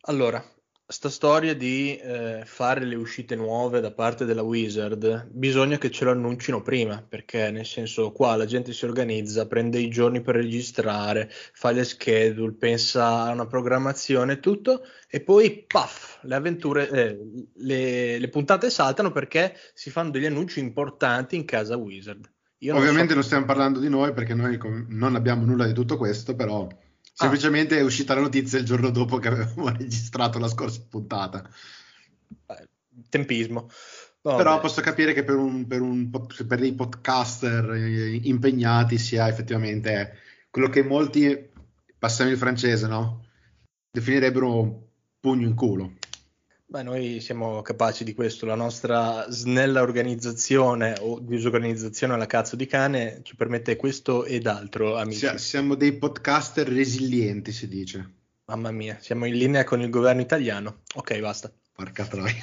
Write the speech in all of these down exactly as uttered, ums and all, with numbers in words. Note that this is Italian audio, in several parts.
Allora, sta storia di eh, fare le uscite nuove da parte della Wizard, bisogna che ce lo annuncino prima, perché nel senso qua la gente si organizza, prende i giorni per registrare, fa le schedule, pensa a una programmazione e tutto, e poi paf, le avventure, eh, le, le puntate saltano perché si fanno degli annunci importanti in casa Wizard. Io non so. Ovviamente non stiamo parlando di noi perché noi com- non abbiamo nulla di tutto questo, però Ah, semplicemente è uscita la notizia il giorno dopo che avevamo registrato la scorsa puntata. eh, tempismo. Però Vabbè. posso capire che per, un, per, un pod- per dei podcaster eh, impegnati sia effettivamente quello che molti, passiamo il francese, no? Definirebbero un pugno in culo. Beh, noi siamo capaci di questo, la nostra snella organizzazione o disorganizzazione alla cazzo di cane ci permette questo ed altro, Sia- amici. siamo dei podcaster resilienti, si dice. Mamma mia, siamo in linea con il governo italiano. Ok, basta. Porca troia.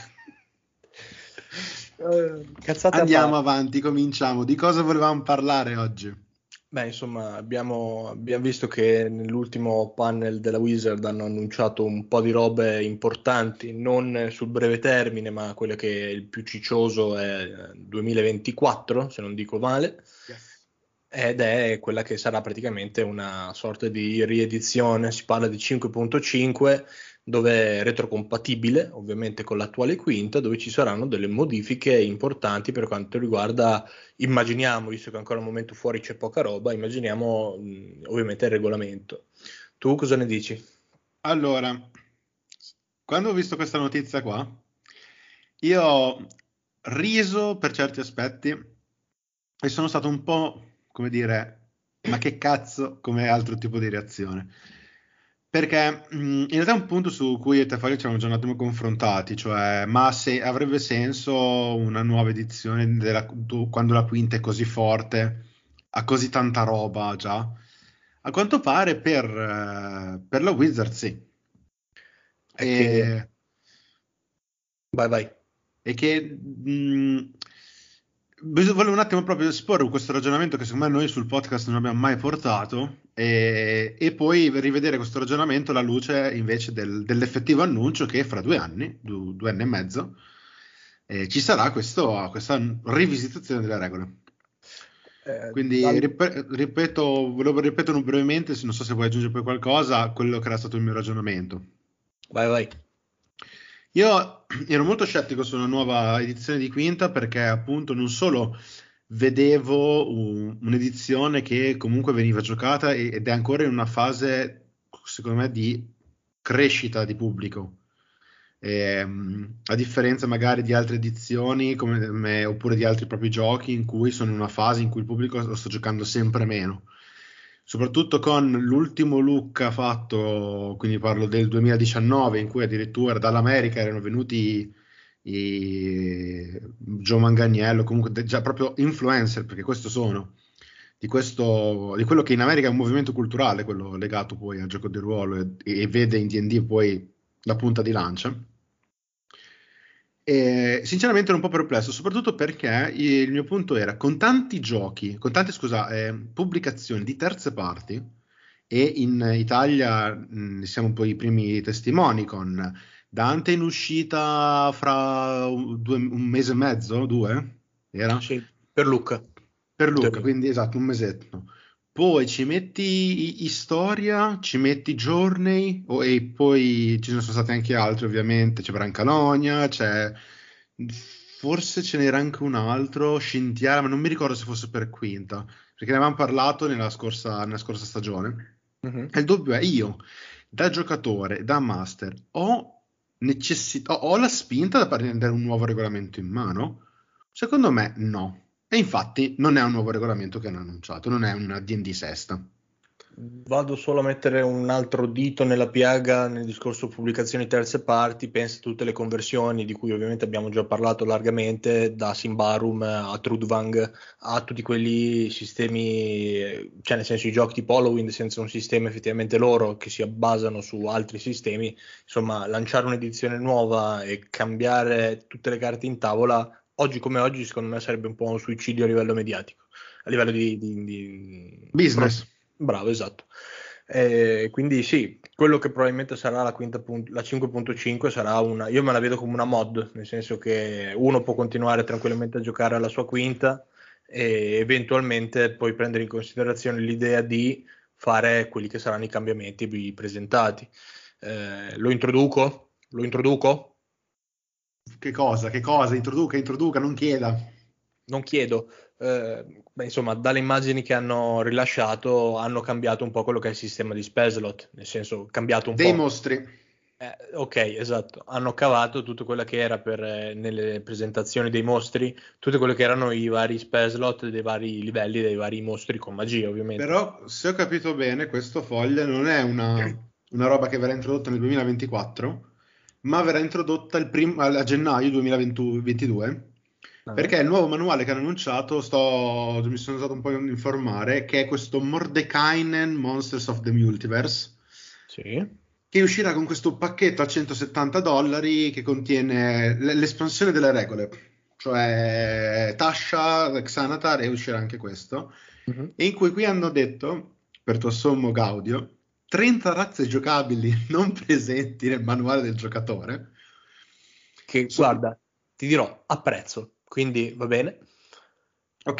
Eh, cazzate a Andiamo parte. avanti, cominciamo. Di cosa volevamo parlare oggi? Beh, insomma, abbiamo, abbiamo visto che nell'ultimo panel della Wizard hanno annunciato un po' di robe importanti, non sul breve termine, ma quello che è il più ciccioso è duemilaventiquattro, se non dico male. Yes. Ed è quella che sarà praticamente una sorta di riedizione, si parla di cinque punto cinque, dove è retrocompatibile ovviamente con l'attuale quinta, dove ci saranno delle modifiche importanti per quanto riguarda, immaginiamo, visto che ancora al momento fuori c'è poca roba, immaginiamo mh, ovviamente il regolamento. Tu cosa ne dici? Allora, quando ho visto questa notizia qua, io ho riso per certi aspetti e sono stato un po', come dire, ma che cazzo, come altro tipo di reazione. Perché mh, in realtà è un punto su cui io e te Fabio ci avevamo già un attimo confrontati, cioè, ma se avrebbe senso una nuova edizione della- du- quando la quinta è così forte, ha così tanta roba già? A quanto pare per, eh, per la Wizard sì. È che, E, vai vai. e che mh, bis- volevo un attimo proprio esporre questo ragionamento che secondo me noi sul podcast non abbiamo mai portato e, e poi rivedere questo ragionamento alla luce invece del- dell'effettivo annuncio che fra due anni, du- due anni e mezzo, eh, ci sarà questo- questa rivisitazione delle regole. Eh, Quindi dal- rip- ripeto, volevo ripetere brevemente, se non so se vuoi aggiungere poi qualcosa, quello che era stato il mio ragionamento. Vai vai. Io ero molto scettico su una nuova edizione di Quinta perché appunto non solo vedevo un- un'edizione che comunque veniva giocata e- ed è ancora in una fase, secondo me, di crescita di pubblico. Ehm, a differenza magari di altre edizioni come, me- oppure di altri propri giochi in cui sono in una fase in cui il pubblico lo sta giocando sempre meno. Soprattutto con l'ultimo look che ha fatto, quindi parlo del duemiladiciannove, in cui addirittura dall'America erano venuti i Joe Manganiello, comunque de- già proprio influencer, perché questo sono, di, questo, di quello che in America è un movimento culturale, quello legato poi al gioco di ruolo e, e vede in D and D poi la punta di lancia. E sinceramente ero un po' perplesso, soprattutto perché il mio punto era con tanti giochi, con tante scusa, eh, pubblicazioni di terze parti, e in Italia mh, siamo un po' i primi testimoni con Dante in uscita fra un, due- un mese e mezzo, due, era? Sì, per Luca. Per In Luca, teoria. quindi esatto, un mesetto. Poi ci metti i, i storia, ci metti Journey, o- e poi ci sono stati anche altri, ovviamente. C'è Brancalonia, c'è. Forse ce n'era anche un altro, Scintiara, ma non mi ricordo se fosse per quinta, perché ne avevamo parlato nella scorsa, nella scorsa stagione. Mhm. E il dubbio è io, da giocatore, da master, ho necessità, ho la spinta da prendere un nuovo regolamento in mano? Secondo me no. E infatti non è un nuovo regolamento che hanno annunciato, non è una D and D sesta. Vado solo a mettere un altro dito nella piaga nel discorso pubblicazioni terze parti, pensa a tutte le conversioni di cui ovviamente abbiamo già parlato largamente, da Symbaroum a Trudvang, a tutti quelli sistemi, eh, cioè nel senso i giochi tipo Halloween senza un sistema effettivamente loro che si basano su altri sistemi, insomma lanciare un'edizione nuova e cambiare tutte le carte in tavola, oggi come oggi secondo me sarebbe un po' un suicidio a livello mediatico, a livello di, di- di- Business. Bravo, esatto. Eh, quindi sì, quello che probabilmente sarà la, quinta punt- la cinque punto cinque sarà una, io me la vedo come una mod, nel senso che uno può continuare tranquillamente a giocare alla sua quinta e eventualmente poi prendere in considerazione l'idea di fare quelli che saranno i cambiamenti presentati. Eh, lo introduco? Lo introduco? Che cosa? Che cosa? Introduca, introduca, non chieda. Non chiedo. Eh, beh, insomma, dalle immagini che hanno rilasciato hanno cambiato un po' quello che è il sistema di Spellslot, nel senso cambiato un Dei po'. mostri. Eh, ok, esatto. Hanno cavato tutto quello che era per, eh, nelle presentazioni dei mostri, tutte quelle che erano i vari Spellslot dei vari livelli, dei vari mostri con magia, ovviamente. Però, se ho capito bene, questo foglio non è una, una roba che verrà introdotta nel duemilaventiquattro, ma verrà introdotta il prim- a a gennaio duemilaventidue, Ah, perché il nuovo manuale che hanno annunciato, sto, mi sono andato un po' a informare, che è questo Mordekainen Monsters of the Multiverse, sì. che uscirà con questo pacchetto a centosettanta dollari che contiene l- l'espansione delle regole, cioè Tasha, Xanatar e uscirà anche questo, Mhm. e in cui qui hanno detto, per tuo sommo gaudio, trenta razze giocabili non presenti nel manuale del giocatore. Che Sono- guarda, ti dirò, apprezzo, quindi va bene. Ok,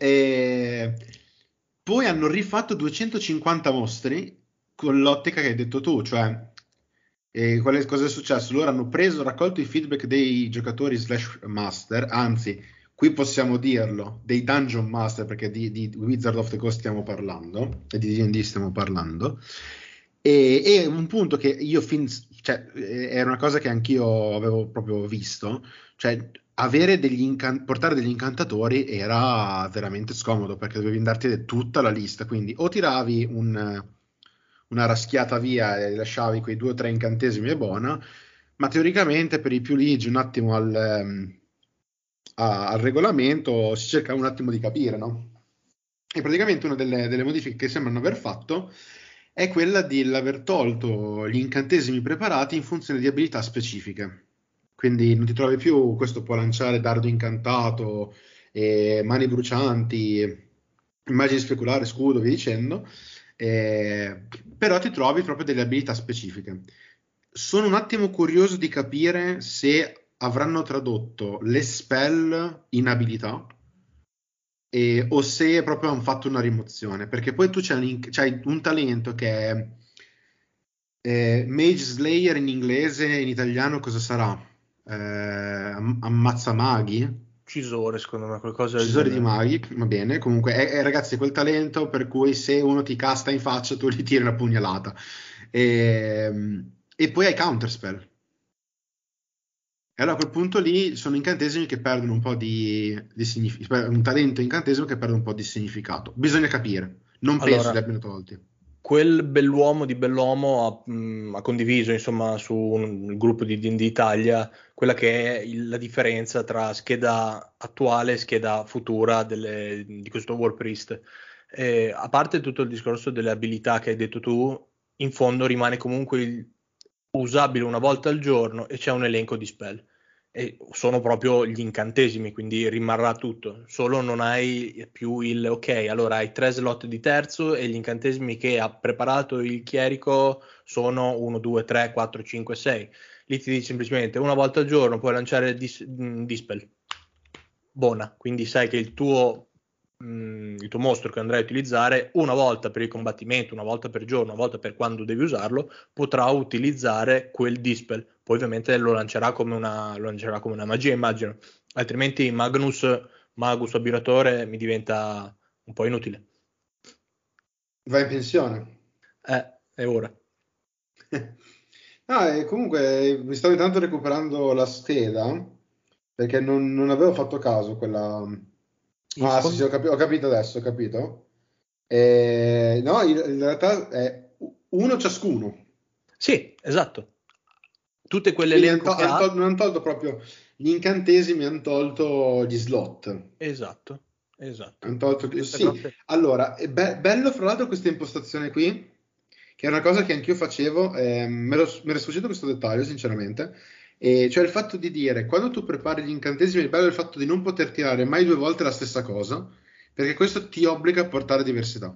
e poi hanno rifatto duecentocinquanta mostri con l'ottica che hai detto tu, cioè e qual è- cosa è successo? Loro hanno preso, raccolto i feedback dei giocatori slash master, anzi, qui possiamo dirlo, dei dungeon master, perché di, di Wizard of the Coast stiamo parlando, e di D and D stiamo parlando, e, e un punto che io fin, cioè, eh, era una cosa che anch'io avevo proprio visto, cioè avere degli incan- portare degli incantatori era veramente scomodo perché dovevi andarti tutta la lista, quindi o tiravi un- una raschiata via e lasciavi quei due o tre incantesimi e buona, ma teoricamente per i più ligi un attimo al, ehm, a- al regolamento si cerca un attimo di capire, no? E praticamente una delle, delle modifiche che sembrano aver fatto è quella di aver tolto gli incantesimi preparati in funzione di abilità specifiche. Quindi non ti trovi più, questo può lanciare dardo incantato, eh, mani brucianti, immagini speculare, scudo, via dicendo, eh, però ti trovi proprio delle abilità specifiche. Sono un attimo curioso di capire se avranno tradotto le spell in abilità e- o se proprio hanno fatto una rimozione, perché poi tu c'hai un, inc- c'hai un talento che è eh, Mage Slayer in inglese, in italiano cosa sarà? Eh, am- ammazza maghi? Uccisore, secondo me, qualcosa del Uccisore di genere. maghi, va bene, comunque è, è, ragazzi, è quel talento per cui se uno ti casta in faccia tu gli tiri una pugnalata. E, e poi hai counterspell. E allora a quel punto lì sono incantesimi che perdono un po' di, di significato, un talento incantesimo che perde un po' di significato. Bisogna capire, non penso li Allora, abbiano tolti. quel bell'uomo di Bellomo ha, mh, ha condiviso, insomma, su un il gruppo di D and D Italia quella che è il- la differenza tra scheda attuale e scheda futura delle- di questo War Priest. Eh, a parte tutto il discorso delle abilità che hai detto tu, in fondo rimane comunque il- usabile una volta al giorno e c'è un elenco di spell. E sono proprio gli incantesimi, quindi rimarrà tutto. Solo non hai più il ok, allora hai tre slot di terzo e gli incantesimi che ha preparato il chierico sono uno, due, tre, quattro, cinque, sei. Lì ti dice semplicemente una volta al giorno puoi lanciare dis- mh, Dispel. Buona, quindi sai che il tuo, mh, il tuo mostro che andrai a utilizzare una volta per il combattimento, una volta per giorno, una volta per quando devi usarlo, potrà utilizzare quel Dispel. Poi ovviamente lo lancerà come una, lo lancerà come una magia, immagino. Altrimenti Magnus, Magus Abiratore mi diventa un po' inutile. Vai in pensione. Eh, è ora. Ah, e comunque mi stavo intanto recuperando la scheda perché non, non avevo fatto caso quella. In Ah, sì, sì, ho, fondo... capi- ho capito adesso, ho capito. Eh, no, in, in realtà è uno ciascuno. Sì, esatto. Tutto Quindi han quell'elenco to- che han ha, tol- non hanno tolto proprio gli incantesimi, hanno tolto gli slot. esatto, esatto. Han tolto- Queste Sì, grosse... allora, è be- bello fra l'altro questa impostazione qui, che è una cosa che anch'io facevo, ehm, me lo, me era sfuggito questo dettaglio, sinceramente, e cioè il fatto di dire, quando tu prepari gli incantesimi, il bello è il fatto di non poter tirare mai due volte la stessa cosa, perché questo ti obbliga a portare diversità.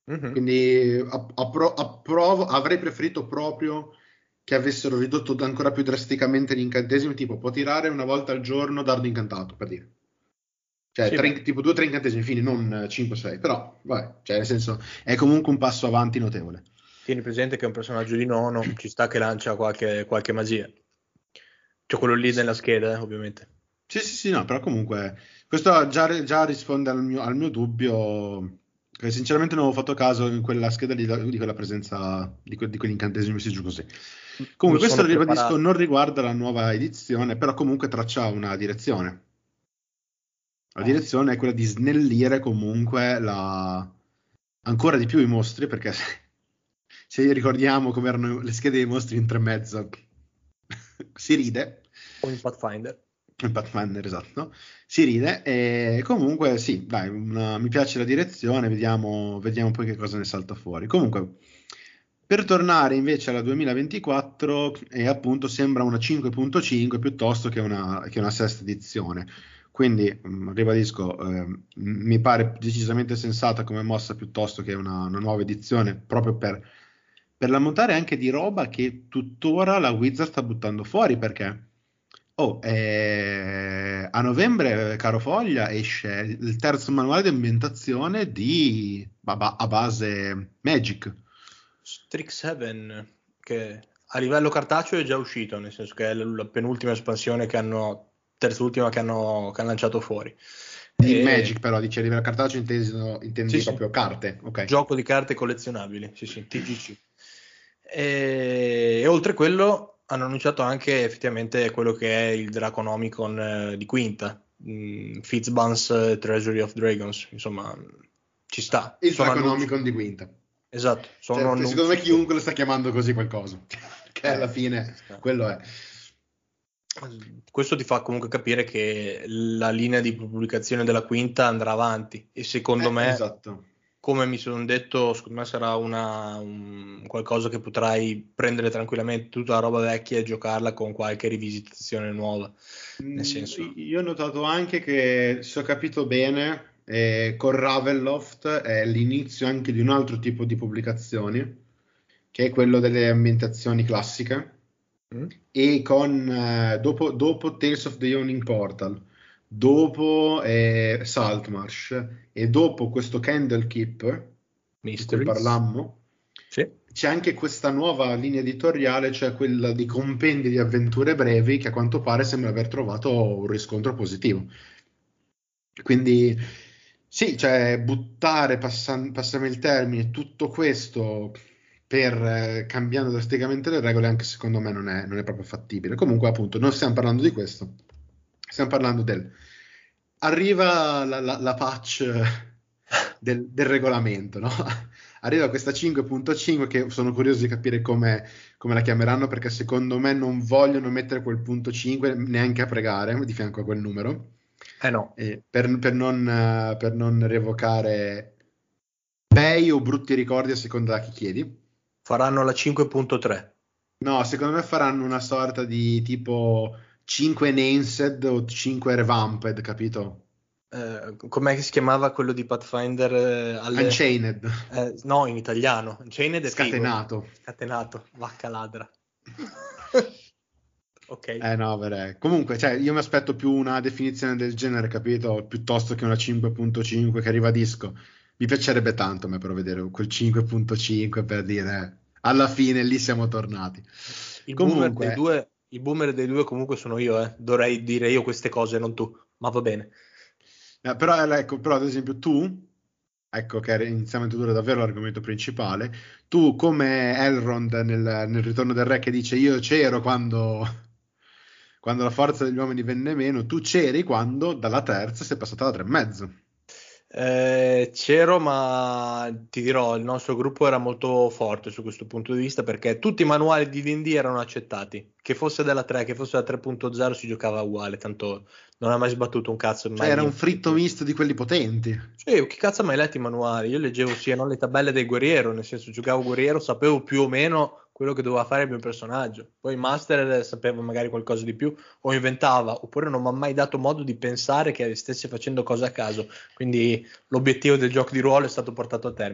Mhm. Quindi app- appro- approvo, avrei preferito proprio che avessero ridotto ancora più drasticamente gli incantesimi, tipo può tirare una volta al giorno dardo incantato, per dire. Cioè, Sì, beh, tre- tipo due o tre incantesimi fini, non cinque o sei, però, vabbè, cioè, nel senso, è comunque un passo avanti notevole. tieni presente che è un personaggio di nono, ci sta che lancia qualche, qualche magia. C'è quello lì nella scheda, eh, ovviamente. Sì, sì, sì, no, però comunque questo già, già risponde al mio, al mio dubbio, che sinceramente non avevo fatto caso in quella scheda di, di quella presenza di, que- di quegli incantesimi messi giù così. Mi Comunque questo, sono ribadisco, preparato. non riguarda la nuova edizione, però comunque traccia una direzione. La Eh, sì. direzione è quella di snellire comunque la... ancora di più i mostri, perché se, se ricordiamo come erano le schede dei mostri in tre e mezzo, si ride. O in Pathfinder. Il Pathfinder, esatto. Si ride e comunque sì, dai, una- mi piace la direzione, vediamo, vediamo poi che cosa ne salta fuori. Comunque, per tornare invece alla duemilaventiquattro, e appunto sembra una cinque punto cinque piuttosto che una, che una sesta edizione. Quindi, mh, ribadisco, ehm, mi pare decisamente sensata come mossa piuttosto che una, una nuova edizione, proprio per, per l'ammontare anche di roba che tuttora la Wizard sta buttando fuori, perché oh, eh, a novembre, caro Foglia, esce il terzo manuale di ambientazione di ba- ba- a base Magic. Strixhaven, che a livello cartaceo è già uscito, nel senso che è la la penultima espansione che hanno, terzultima che hanno, che hanno lanciato fuori. Di E, Magic, però, dice a livello cartaceo intendi, sì, intendi sì, proprio carte, ok. gioco di carte collezionabili, sì, sì, T G C. E, e oltre a quello hanno annunciato anche effettivamente quello che è il Draconomicon eh, di Quinta, mm, Fitzbans eh, Treasury of Dragons, insomma, ci sta. Il Sono annunci, Draconomicon di Quinta. esatto, sono Cioè, te- secondo me annunci che chiunque lo sta chiamando così qualcosa, che alla eh, ci fine sta. quello è. Questo ti fa comunque capire che la linea di pubblicazione della Quinta andrà avanti e secondo Eh, me, esatto. come mi sono detto, secondo me sarà una, un- qualcosa che potrai prendere tranquillamente tutta la roba vecchia e giocarla con qualche rivisitazione nuova. Nel Mm, senso, io ho notato anche che, se ho capito bene, eh, con Ravenloft è l'inizio anche di un altro tipo di pubblicazioni, che è quello delle ambientazioni classiche, mm? e con, eh, dopo, dopo Tales of the Yawning Portal, dopo eh, Saltmarsh e dopo questo Candlekeep di cui Mysteries, parlammo, sì. c'è anche questa nuova linea editoriale, cioè quella di compendi di avventure brevi, che a quanto pare sembra aver trovato un riscontro positivo. Quindi sì, cioè buttare, passan- passami il termine, tutto questo per eh, cambiando drasticamente le regole, anche secondo me non è, non è proprio fattibile. Comunque, appunto, non stiamo parlando di questo, stiamo parlando del... Arriva la, la- la patch del, del regolamento, no? Arriva questa cinque punto cinque che sono curioso di capire come, come la chiameranno, perché secondo me non vogliono mettere quel punto cinque neanche a pregare di fianco a quel numero, Eh no, eh, per, per non, eh, per non revocare bei o brutti ricordi a seconda da chi chiedi. faranno la cinque punto tre. No, secondo me faranno una sorta di tipo cinque Nanced o cinque Revamped, capito? Eh, com'è che si chiamava quello di Pathfinder eh, alle... Unchained, eh, no, in italiano. Chained è figo. scatenato. Scatenato, vacca ladra. Ok. Eh no, verè. Comunque, cioè, io mi aspetto più una definizione del genere, capito? Piuttosto che una cinque punto cinque che ribadisco. Mi piacerebbe tanto a me però vedere quel cinque punto cinque per dire eh, alla fine lì siamo tornati. Il boomer dei Comunque, due, il boomer dei due comunque sono io, eh. Dovrei dire io queste cose, non tu. Ma va bene. eh, però, eh, ecco, però ad esempio tu, ecco che iniziamo a introdurre davvero l'argomento principale, tu come Elrond nel, nel Ritorno del Re che dice io c'ero quando, quando la forza degli uomini venne meno, tu c'eri quando dalla terza sei passata alla tre e mezzo. Eh, c'ero, ma ti dirò, il nostro gruppo era molto forte su questo punto di vista perché tutti i manuali di D and D erano accettati. Che fosse della tre, che fosse della tre punto zero si giocava uguale, tanto non ha mai sbattuto un cazzo, Cioè mai era un niente. fritto misto di quelli potenti. Sì, chi cazzo ha mai letto i manuali? Io leggevo siano le tabelle del guerriero, nel senso giocavo guerriero, sapevo più o meno quello che doveva fare il mio personaggio. Poi il master sapeva magari qualcosa di più o inventava, oppure non mi ha mai dato modo di pensare che stesse facendo cose a caso. Quindi l'obiettivo del gioco di ruolo è stato portato a termine.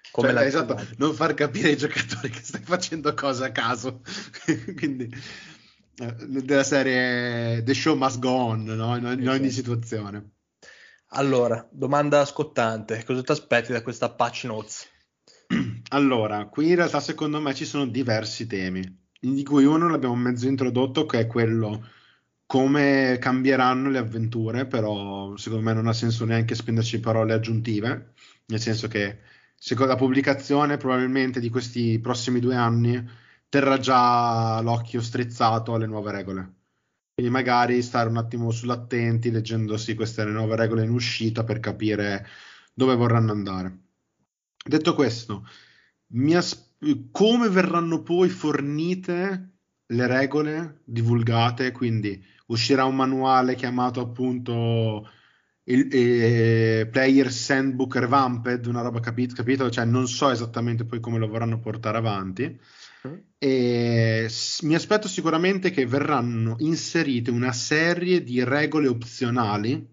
Come Cioè, esatto, l'antivato. non far capire ai giocatori che stai facendo cose a caso. Quindi, eh, della serie The show must go on, no? In, in ogni Esatto. situazione. Allora, domanda scottante, cosa ti aspetti da questa patch notes? Allora, qui in realtà secondo me ci sono diversi temi, di cui uno l'abbiamo mezzo introdotto, che è quello come cambieranno le avventure, però secondo me non ha senso neanche spenderci parole aggiuntive, nel senso che secondo la pubblicazione probabilmente di questi prossimi due anni terrà già l'occhio strizzato alle nuove regole. Quindi magari stare un attimo sull'attenti leggendosi queste nuove regole in uscita per capire dove vorranno andare. Detto questo, mi as- come verranno poi fornite le regole divulgate? Quindi uscirà un manuale chiamato appunto il, eh, Player's Handbook Revamped, una roba capito, capito? Cioè non so esattamente poi come lo vorranno portare avanti. Mm? E s- mi aspetto sicuramente che verranno inserite una serie di regole opzionali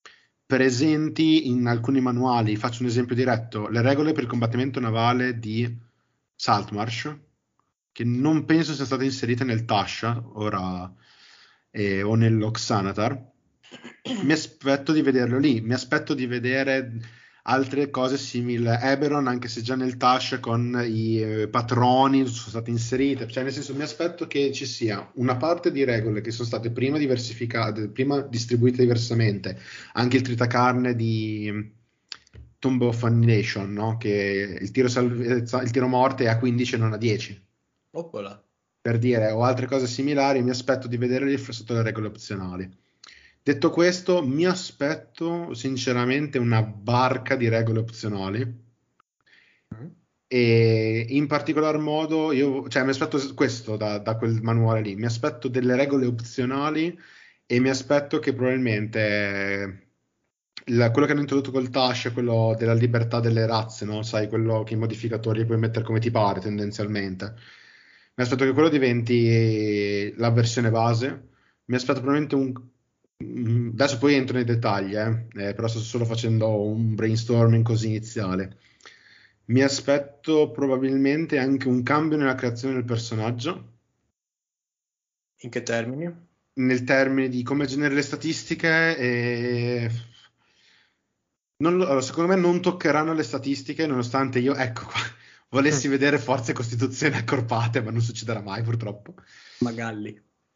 presenti in alcuni manuali. Faccio un esempio diretto: le regole per il combattimento navale di Saltmarsh, che non penso siano state inserite nel Tasha ora, eh, o nell'Oxanatar. Mi aspetto di vederlo lì, mi aspetto di vedere altre cose simili a Eberron, anche se già nel Tash con i eh, patroni sono state inserite. Cioè, nel senso, mi aspetto che ci sia una parte di regole che sono state prima diversificate, prima distribuite diversamente, anche il tritacarne di Tomb of Annihilation, no? Che il tiro, salvezza, il tiro morte è a quindici e non a dieci, Oppola. per dire, o altre cose similari. Mi aspetto di vederli sotto le regole opzionali. Detto questo, mi aspetto sinceramente una barca di regole opzionali, Mm? e in particolar modo io, cioè, mi aspetto questo da, da quel manuale lì, mi aspetto delle regole opzionali, e mi aspetto che probabilmente eh, il- quello che hanno introdotto col Tash, quello della libertà delle razze, no? Sai, quello che i modificatori puoi mettere come ti pare tendenzialmente. Mi aspetto che quello diventi la versione base. Mi aspetto probabilmente un... mm, Adesso poi entro nei dettagli, eh, eh, però sto solo facendo un brainstorming così iniziale. Mi aspetto probabilmente anche un cambio nella creazione del personaggio, In che termini? nel termine di come generare le statistiche e non lo- allora, secondo me non toccheranno le statistiche, nonostante io, ecco qua, volessi Mm. vedere forze e costituzioni accorpate, ma non succederà mai purtroppo. Magalli.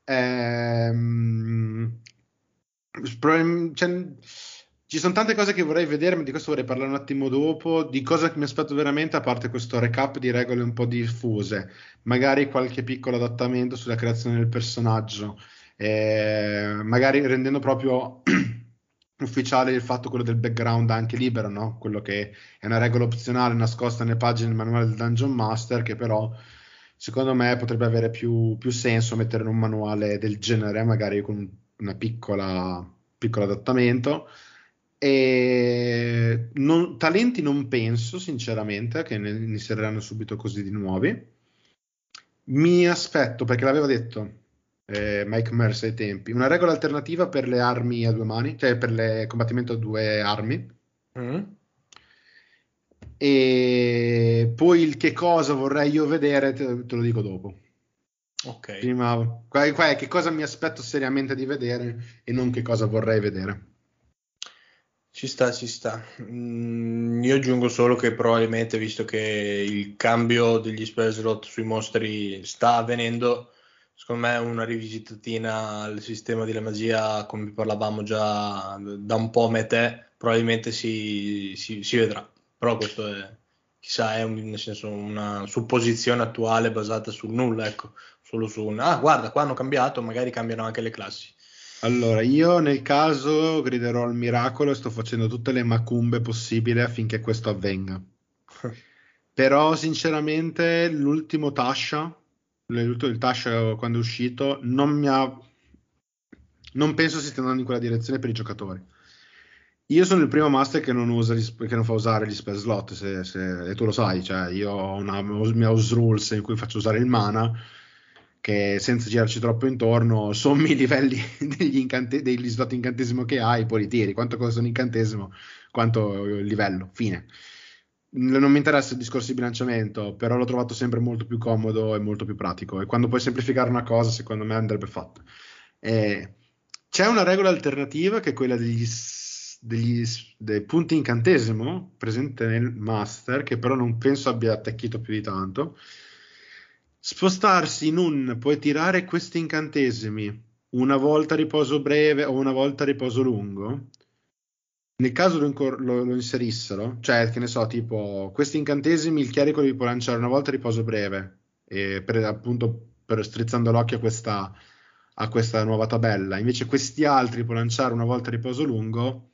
Ehm, probabil- cioè, ci sono tante cose che vorrei vedere, ma di questo vorrei parlare un attimo dopo. Di cosa che mi aspetto veramente, a parte questo recap di regole un po' diffuse, magari qualche piccolo adattamento sulla creazione del personaggio, eh, magari rendendo proprio ufficiale il fatto quello del background anche libero, no? Quello che è una regola opzionale nascosta nelle pagine del manuale del Dungeon Master, che però secondo me potrebbe avere più, più senso mettere in un manuale del genere, magari con una piccola piccolo adattamento. E non- talenti non penso sinceramente che ne ne inseриranno subito così di nuovi. Mi aspetto, perché l'aveva detto eh, Mike Mercer ai tempi, una regola alternativa per le armi a due mani, cioè per il combattimento a due armi. Mm? E poi il che cosa vorrei io vedere, te, te lo dico dopo. Ok. Prima, qua, qua è che cosa mi aspetto seriamente di vedere e non che cosa vorrei vedere. Ci sta, ci sta. Mm, io aggiungo solo che probabilmente, visto che il cambio degli spell slot sui mostri sta avvenendo, secondo me una rivisitatina al sistema della magia, come parlavamo già da un po' me e te, probabilmente si, si- si vedrà. Però questo è, chissà, è un- nel senso una supposizione attuale basata sul nulla, ecco, solo su un, ah, guarda, qua hanno cambiato, magari cambiano anche le classi. Allora, io nel caso griderò al miracolo e sto facendo tutte le macumbe possibili affinché questo avvenga. Però, sinceramente, l'ultimo Tasha, l'ultimo il Tasha quando è uscito, non mi ha... non penso si stia andando in quella direzione per i giocatori. Io sono il primo master che non, usa gli sp- che non fa usare gli spell slot, se- se- e tu lo sai, cioè io ho una mia house rules in cui faccio usare il mana, che senza girarci troppo intorno, sommi i livelli degli, incante- degli slot incantesimo che hai, poi li tiri, quanto costa un incantesimo, quanto il livello, fine. non mi interessa il discorso di bilanciamento, però l'ho trovato sempre molto più comodo e molto più pratico. E quando puoi semplificare una cosa, secondo me andrebbe fatto. Eh, c'è una regola alternativa che è quella degli, s- degli s- dei punti incantesimo presente nel master, che però non penso abbia attecchito più di tanto. Spostarsi in un puoi tirare questi incantesimi una volta a riposo breve o una volta a riposo lungo. Nel caso lo, incor- lo- lo inserissero, cioè che ne so, tipo questi incantesimi il chierico li può lanciare una volta a riposo breve, e per, appunto per strizzando l'occhio a questa, a questa nuova tabella. Invece questi altri può lanciare una volta a riposo lungo.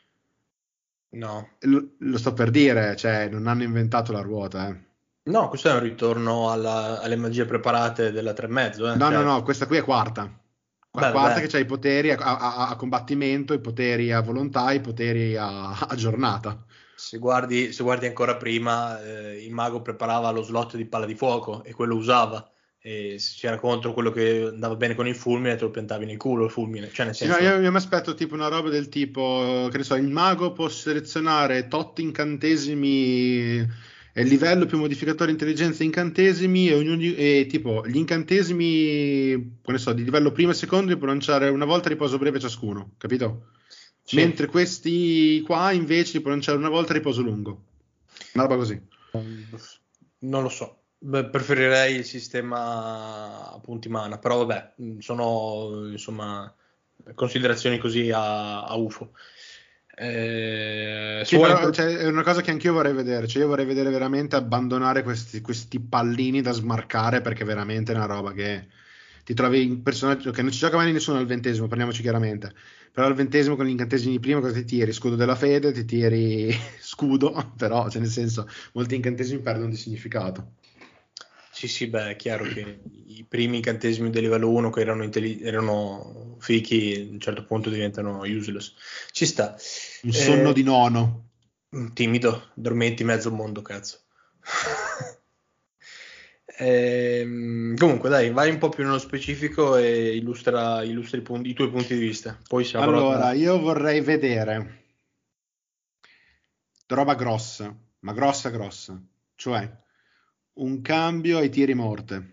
No. Lo, lo sto per dire, cioè non hanno inventato la ruota, eh. No, questo è un ritorno alla- alle magie preparate della tre e mezzo, eh. No, no, Cioè, no, questa qui è quarta. Qua- beh, Quarta vabbè, che c'ha i poteri a, a- a combattimento, i poteri a volontà, i poteri a, a giornata. se guardi, se guardi ancora prima, eh, il mago preparava lo slot di palla di fuoco e quello usava. E se c'era contro quello che andava bene con il fulmine, te lo piantavi nel culo il fulmine. Cioè, nel Sì, no, io, senso, io mi aspetto tipo una roba del tipo, che ne so, il mago può selezionare tot incantesimi e il livello più modificatore intelligenza incantesimi e, ognuno di- e tipo gli incantesimi, che ne so, di livello primo e secondo li può lanciare una volta a riposo breve ciascuno, capito? sì. Mentre questi qua invece li può lanciare una volta a riposo lungo. Una roba così. Non lo so. Beh, preferirei il sistema a punti mana, però vabbè, mh, sono insomma considerazioni così a, a U F O. Eh, se Sì, vuoi però impro- cioè, è una cosa che anch'io vorrei vedere, cioè io vorrei vedere veramente abbandonare questi, questi pallini da smarcare perché veramente è una roba che ti trovi in personaggio che non ci gioca mai nessuno al ventesimo, parliamoci chiaramente, però al ventesimo con gli incantesimi di prima cosa ti tiri? Scudo della fede, ti tiri scudo, però cioè nel senso molti incantesimi perdono di significato. Sì, sì, beh, è chiaro che i primi incantesimi del livello uno che erano, intelli- erano fichi, a un certo punto diventano useless. Ci sta. Un sonno Eh, di nono. timido, dormenti mezzo mondo, cazzo. Ehm, comunque, dai, vai un po' più nello specifico e illustra, illustra i, punti- i tuoi punti di vista. Poi se avrò Allora, da... io vorrei vedere roba grossa, ma grossa grossa, cioè un cambio ai tiri morte.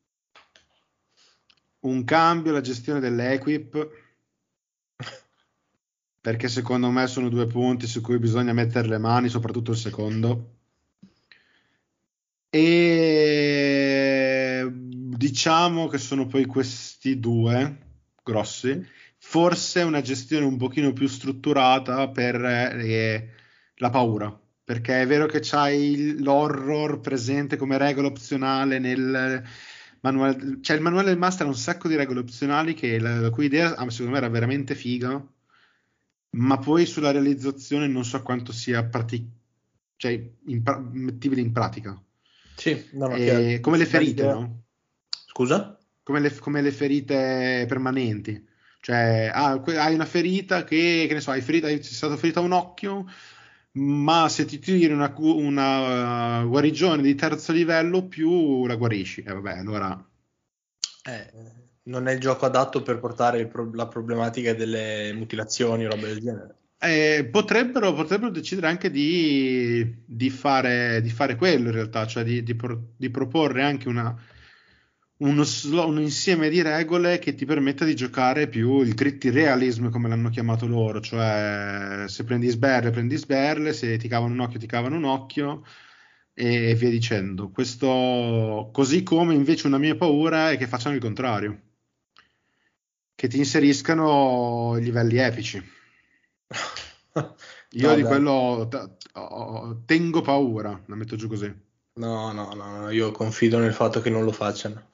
Un cambio alla gestione dell'equip, perché secondo me sono due punti su cui bisogna mettere le mani, soprattutto il secondo. E diciamo che sono poi questi due grossi. Forse una gestione un pochino più strutturata per eh, la paura. Perché è vero che c'hai l'horror presente come regola opzionale nel manuale, cioè il manuale del master ha un sacco di regole opzionali che la, la cui idea ah, secondo me era veramente figa, ma poi sulla realizzazione non so quanto sia prati- cioè, in pra- mettibile in pratica. Sì, no, no, chiaro. E come le Dici ferite, dall'idea... no? Scusa? Come le, come le ferite permanenti. Cioè, ah, que- hai una ferita che, che ne so, hai ferita, hai- sei stato ferito a un occhio, ma se ti tiri una, cu- una uh, guarigione di terzo livello più la guarisci. E vabbè, allora Eh, non è il gioco adatto per portare il pro- la problematica delle mutilazioni o roba del genere. Eh, potrebbero, potrebbero decidere anche di, di fare, di fare quello in realtà, cioè di, di pro- di proporre anche una, uno slo- un insieme di regole che ti permetta di giocare più il gritty realism, come l'hanno chiamato loro, cioè se prendi sberle, prendi sberle, se ti cavano un occhio, ti cavano un occhio e via dicendo. Questo, così come invece una mia paura è che facciano il contrario, che ti inseriscano i livelli epici. Io No, di dai. quello t- ho- tengo paura, la metto giù così. No, no, no, no, io confido nel fatto che non lo facciano.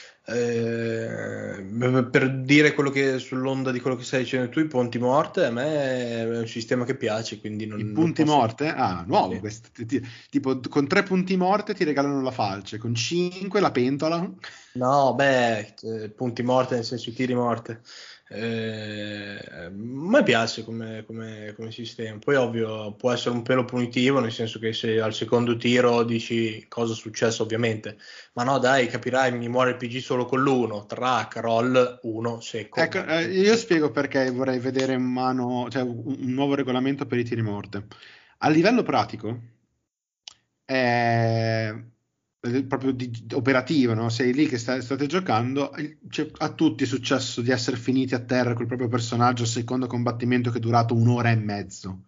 Eh, per dire quello che sull'onda di quello che stai dicendo tu, i ponti morte, a me è un sistema che piace, quindi I non, non punti posso... morte? Ah, nuovo Sì. questo. Ti- ti- Tipo, con tre punti morte ti regalano la falce, con cinque la pentola. No, beh, eh, punti morte nel senso i tiri morte. Eh, a me piace come, come- come sistema. Poi, ovvio, può essere un pelo punitivo, nel senso che se al secondo tiro dici cosa è successo, ovviamente. Ma no, dai, capirai, mi muore il P G solo con l'uno. Track, roll, uno, secco. Ecco, Beh, eh, io spiego perché vorrei vedere in mano, cioè, un, un nuovo regolamento per i tiri morte. A livello pratico, è proprio di, operativo, no? Sei lì che sta, state giocando, cioè, a tutti è successo di essere finiti a terra col proprio personaggio al secondo combattimento che è durato un'ora e mezzo.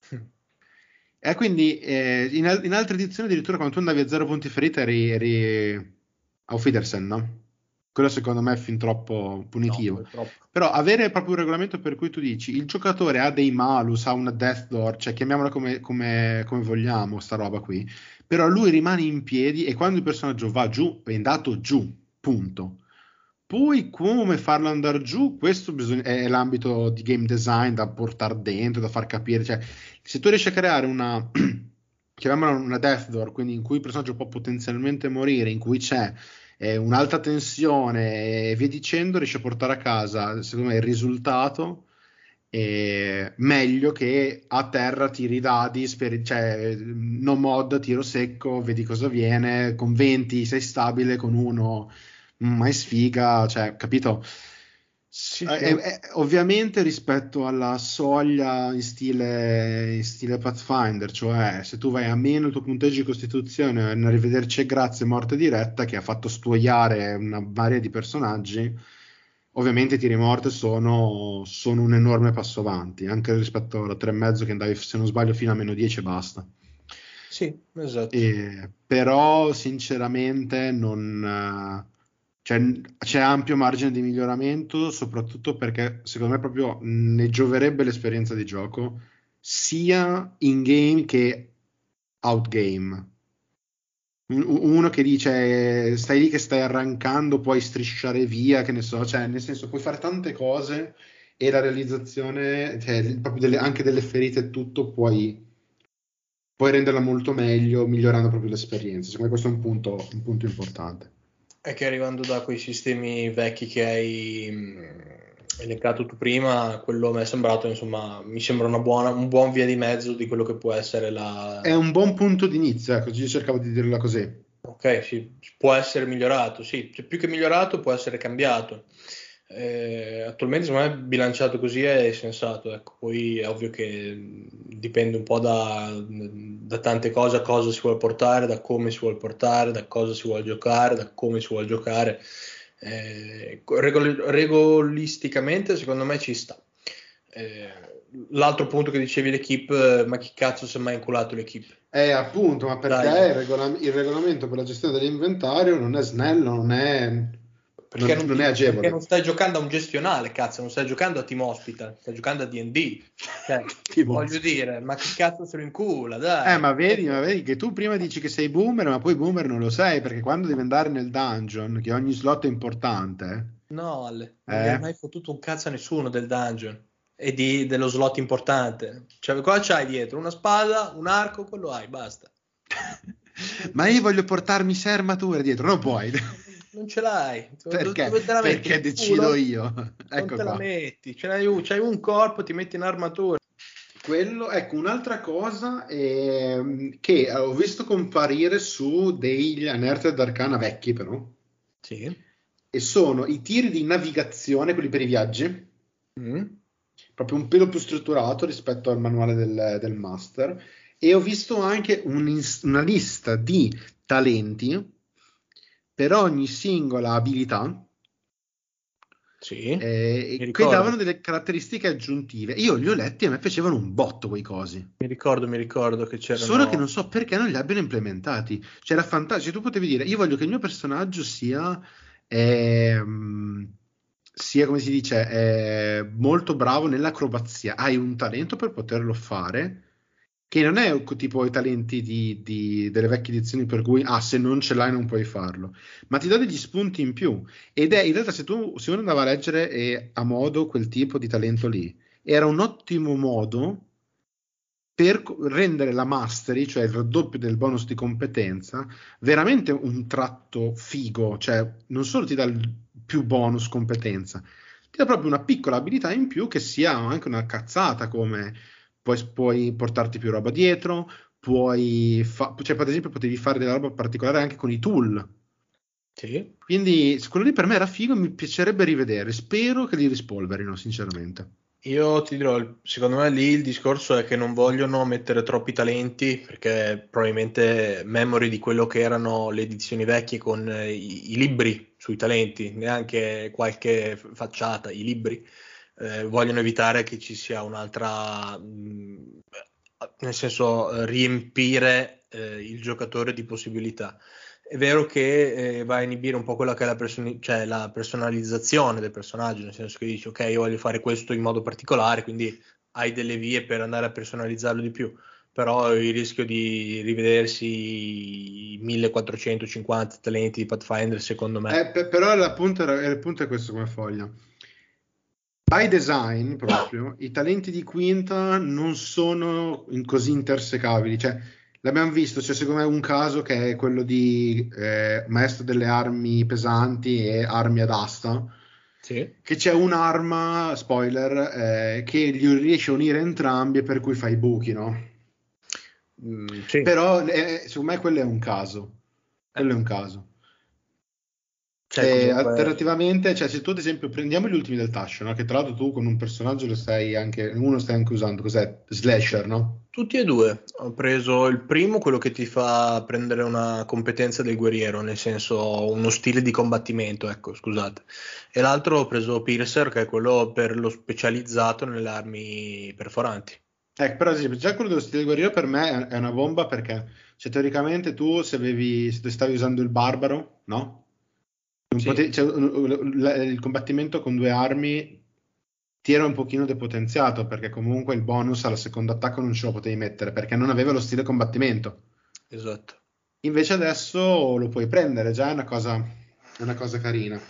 E quindi eh, in, in altre edizioni addirittura quando tu andavi a zero punti ferita eri, eri auf Wiedersehen, no? Quello secondo me è fin troppo punitivo. No, troppo. Però avere proprio un regolamento per cui tu dici il giocatore ha dei malus, ha una death door, cioè chiamiamola come, come, come vogliamo sta roba qui, però lui rimane in piedi e quando il personaggio va giù è andato giù, punto. Poi come farlo andare giù, questo bisogna, è, è l'ambito di game design da portare dentro, da far capire, cioè se tu riesci a creare una chiamiamola una death door, quindi in cui il personaggio può potenzialmente morire, in cui c'è eh, un'alta tensione e via dicendo, riesci a portare a casa secondo me il risultato eh, meglio che a terra tiri i dadi, speri, cioè no mod, tiro secco, vedi cosa viene, con venti sei stabile, con uno mai sfiga, cioè capito? Sì, Eh, sì. eh, eh, ovviamente rispetto alla soglia in stile, in stile Pathfinder, cioè se tu vai a meno il tuo punteggio di costituzione, a rivederci grazie morte diretta che ha fatto stuoiare una marea di personaggi, ovviamente i tiri morte sono, sono un enorme passo avanti, anche rispetto alla tre e mezzo che andavi, se non sbaglio, fino a meno dieci e basta. Sì, esatto. E, però sinceramente non... eh, C'è, c'è ampio margine di miglioramento, soprattutto perché secondo me proprio ne gioverebbe l'esperienza di gioco sia in game che out game. Un- Uno che dice stai lì che stai arrancando, puoi strisciare via, che ne so, cioè nel senso puoi fare tante cose e la realizzazione, cioè, proprio delle- anche delle ferite e tutto, puoi, puoi renderla molto meglio migliorando proprio l'esperienza. Secondo me questo è un punto, un punto importante. È che arrivando da quei sistemi vecchi che hai mh, elencato tu prima, quello mi è sembrato, insomma, mi sembra una buona, un buon via di mezzo di quello che può essere È la... un buon punto di inizio, ecco, io cercavo di dirla così. Ok, sì, può essere migliorato, sì, cioè, più che migliorato può essere cambiato. Eh, attualmente secondo me bilanciato così è sensato, ecco. Poi è ovvio che mh, dipende un po' da, da tante cose, a cosa si vuole portare, da come si vuole portare, da cosa si vuole giocare, da come si vuole giocare. Eh, regol- regolisticamente secondo me ci sta. Eh, l'altro punto che dicevi l'equipe, ma chi cazzo si è mai inculato l'equipe? È appunto, ma perché Dai, il, regola- il regolamento per la gestione dell'inventario non è snello, non è, perché non, non, non è ti- perché non agevole. stai giocando a un gestionale, cazzo, non stai giocando a Team Hospital, stai giocando a D and D. Cioè, Tipo, voglio dire, ma chi cazzo se lo incula, eh, dai. ma vedi, ma vedi che tu prima dici che sei boomer, ma poi boomer non lo sei, perché quando devi andare nel dungeon, che ogni slot è importante, No, Ale, non gliene hai eh, mai fottuto un cazzo a nessuno del dungeon e di- dello slot importante. Cioè, cosa c'hai dietro? Una spada, un arco, quello hai, basta. ma io voglio portarmi sei armature dietro, non puoi. Non ce l'hai. Do- Perché? Dove te la metti? Perché Nel decido culo? io. Non Ecco te la qua. metti. Ce n'hai un, c'hai un corpo, ti metti in armatura. Quello, ecco, un'altra cosa ehm, che ho visto comparire su degli Unearthed Arcana vecchi, però, Sì. e sono i tiri di navigazione, quelli per i viaggi, Mm. proprio un pelo più strutturato rispetto al manuale del, del master, e ho visto anche un ins- una lista di talenti per ogni singola abilità Sì, mi eh, che davano ricordo. delle caratteristiche aggiuntive. Io li ho letti e a me piacevano un botto quei cosi. Mi ricordo, mi ricordo che Solo che c'erano... non so perché non li abbiano implementati. C'era fantastico. Tu potevi dire: io voglio che il mio personaggio sia, ehm, sia come si dice, eh, molto bravo nell'acrobazia. Hai un talento per poterlo fare, che non è co- tipo i talenti di, di- delle vecchie edizioni per cui, ah, se non ce l'hai non puoi farlo, ma ti dà degli spunti in più. Ed è in realtà, se tu, se uno andava a leggere eh, a modo quel tipo di talento lì, era un ottimo modo per co- rendere la mastery, cioè il raddoppio del bonus di competenza, veramente un tratto figo, cioè non solo ti dà il più bonus competenza, ti dà proprio una piccola abilità in più che sia anche una cazzata, come puoi, puoi portarti più roba dietro, puoi fa- cioè per esempio potevi fare della roba particolare anche con i tool. Sì. Quindi quello lì per me era figo e mi piacerebbe rivedere. Spero che li rispolverino, sinceramente. Io ti dirò, il- secondo me lì il discorso è che non vogliono mettere troppi talenti perché probabilmente memori di quello che erano le edizioni vecchie con eh, i, i libri sui talenti, neanche qualche f- facciata, i libri, eh, vogliono evitare che ci sia un'altra, mh, nel senso eh, riempire eh, il giocatore di possibilità. È vero che eh, va a inibire un po' quella che è la, personi- cioè, la personalizzazione del personaggio, nel senso che dici ok, io voglio fare questo in modo particolare, quindi hai delle vie per andare a personalizzarlo di più, però il rischio di rivedersi i millequattrocentocinquanta talenti di Pathfinder, secondo me. Eh, pe- però il punto, era- il punto è questo come foglia. By design, proprio, i talenti di Quinta non sono in- così intersecabili. Cioè, l'abbiamo visto, c'è secondo me un caso che è quello di eh, Maestro delle armi pesanti e armi ad asta, Sì. che c'è un'arma, spoiler, eh, che li riesce a unire entrambi e per cui fa i buchi, no? Mm, sì. Però eh, secondo me quello è un caso. Eh, Quello è un caso. cioè E comunque alternativamente, cioè se tu ad esempio prendiamo gli ultimi del Tash, no? Che tra l'altro tu con un personaggio lo stai anche, uno stai anche usando, cos'è? Slasher, no? tutti e due. Ho preso il primo, quello che ti fa prendere una competenza del guerriero, nel senso uno stile di combattimento, ecco, scusate. E l'altro ho preso Piercer, che è quello per lo specializzato nelle armi perforanti. Ecco, però ad esempio, già quello dello stile guerriero per me è è una bomba perché cioè, teoricamente tu se avevi, se stavi usando il barbaro, no? Non Sì, pote- cioè, l- l- il combattimento con due armi ti era un pochino depotenziato perché comunque il bonus alla seconda attacco non ce lo potevi mettere perché non aveva lo stile combattimento. esatto. Invece adesso lo puoi prendere, già è una cosa, è una cosa carina.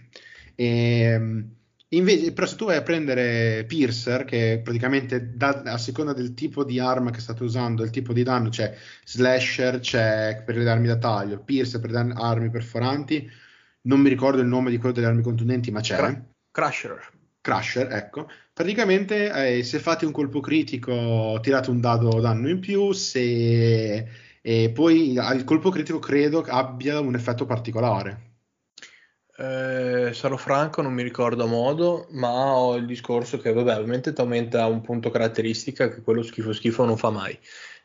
E, invece, però se tu vai a prendere Piercer, che praticamente da- a seconda del tipo di arma che state usando, il tipo di danno, c'è Slasher, c'è per le armi da taglio, Piercer per le armi perforanti, non mi ricordo il nome di quello delle armi contundenti, ma Cra- c'è. Crusher. Crusher, ecco. Praticamente eh, se fate un colpo critico tirate un dado danno in più, se e poi il colpo critico credo che abbia un effetto particolare. Eh, sarò franco, non mi ricordo a modo, ma ho il discorso che, vabbè, ovviamente ti aumenta un punto caratteristica che quello schifo schifo non fa mai.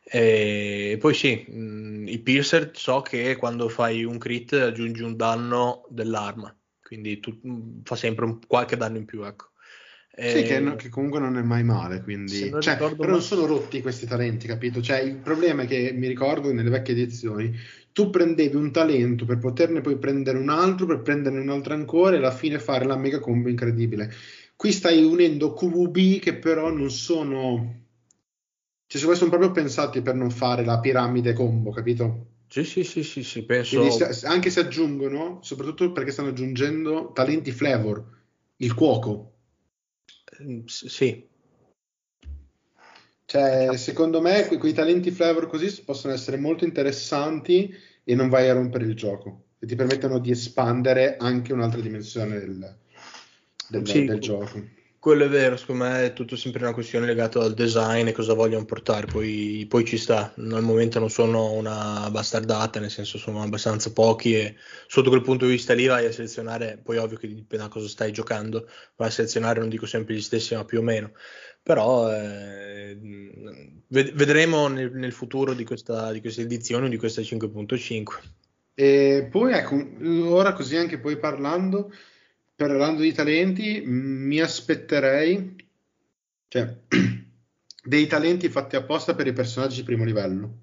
E poi sì, mh, i piercer so che quando fai un crit aggiungi un danno dell'arma, quindi tu, mh, fa sempre un, qualche danno in più, ecco. Sì, che, no- E che comunque non è mai male, se quindi... non Cioè, ricordo però non male, sono rotti questi talenti, capito? Cioè, il problema è che mi ricordo che nelle vecchie edizioni tu prendevi un talento per poterne poi prendere un altro, per prenderne un altro ancora e alla fine fare la mega combo incredibile. Qui stai unendo Q V B che però non sono... Cioè, secondo me sono proprio pensati per non fare la piramide combo, capito? sì, sì, sì, sì, sì, Quindi penso, se- anche se aggiungono, soprattutto perché stanno aggiungendo talenti flavor, il cuoco. eh, s- sì. Cioè, secondo me que- quei talenti flavor così possono essere molto interessanti e non vai a rompere il gioco. E ti permettono di espandere anche un'altra dimensione del, del- Sì, del que- gioco. quello è vero, secondo me è tutto sempre una questione legata al design e cosa vogliono portare, poi, poi ci sta, al momento non sono una bastardata, nel senso sono abbastanza pochi e sotto quel punto di vista lì vai a selezionare, poi ovvio che dipende da cosa stai giocando, vai a selezionare, non dico sempre gli stessi, ma più o meno, però eh, ved- vedremo nel, nel futuro di questa, di questa edizione o di questa cinque punto cinque. E poi ecco, ora così anche poi parlando, parlando di talenti, m- mi aspetterei, cioè, dei talenti fatti apposta per i personaggi di primo livello.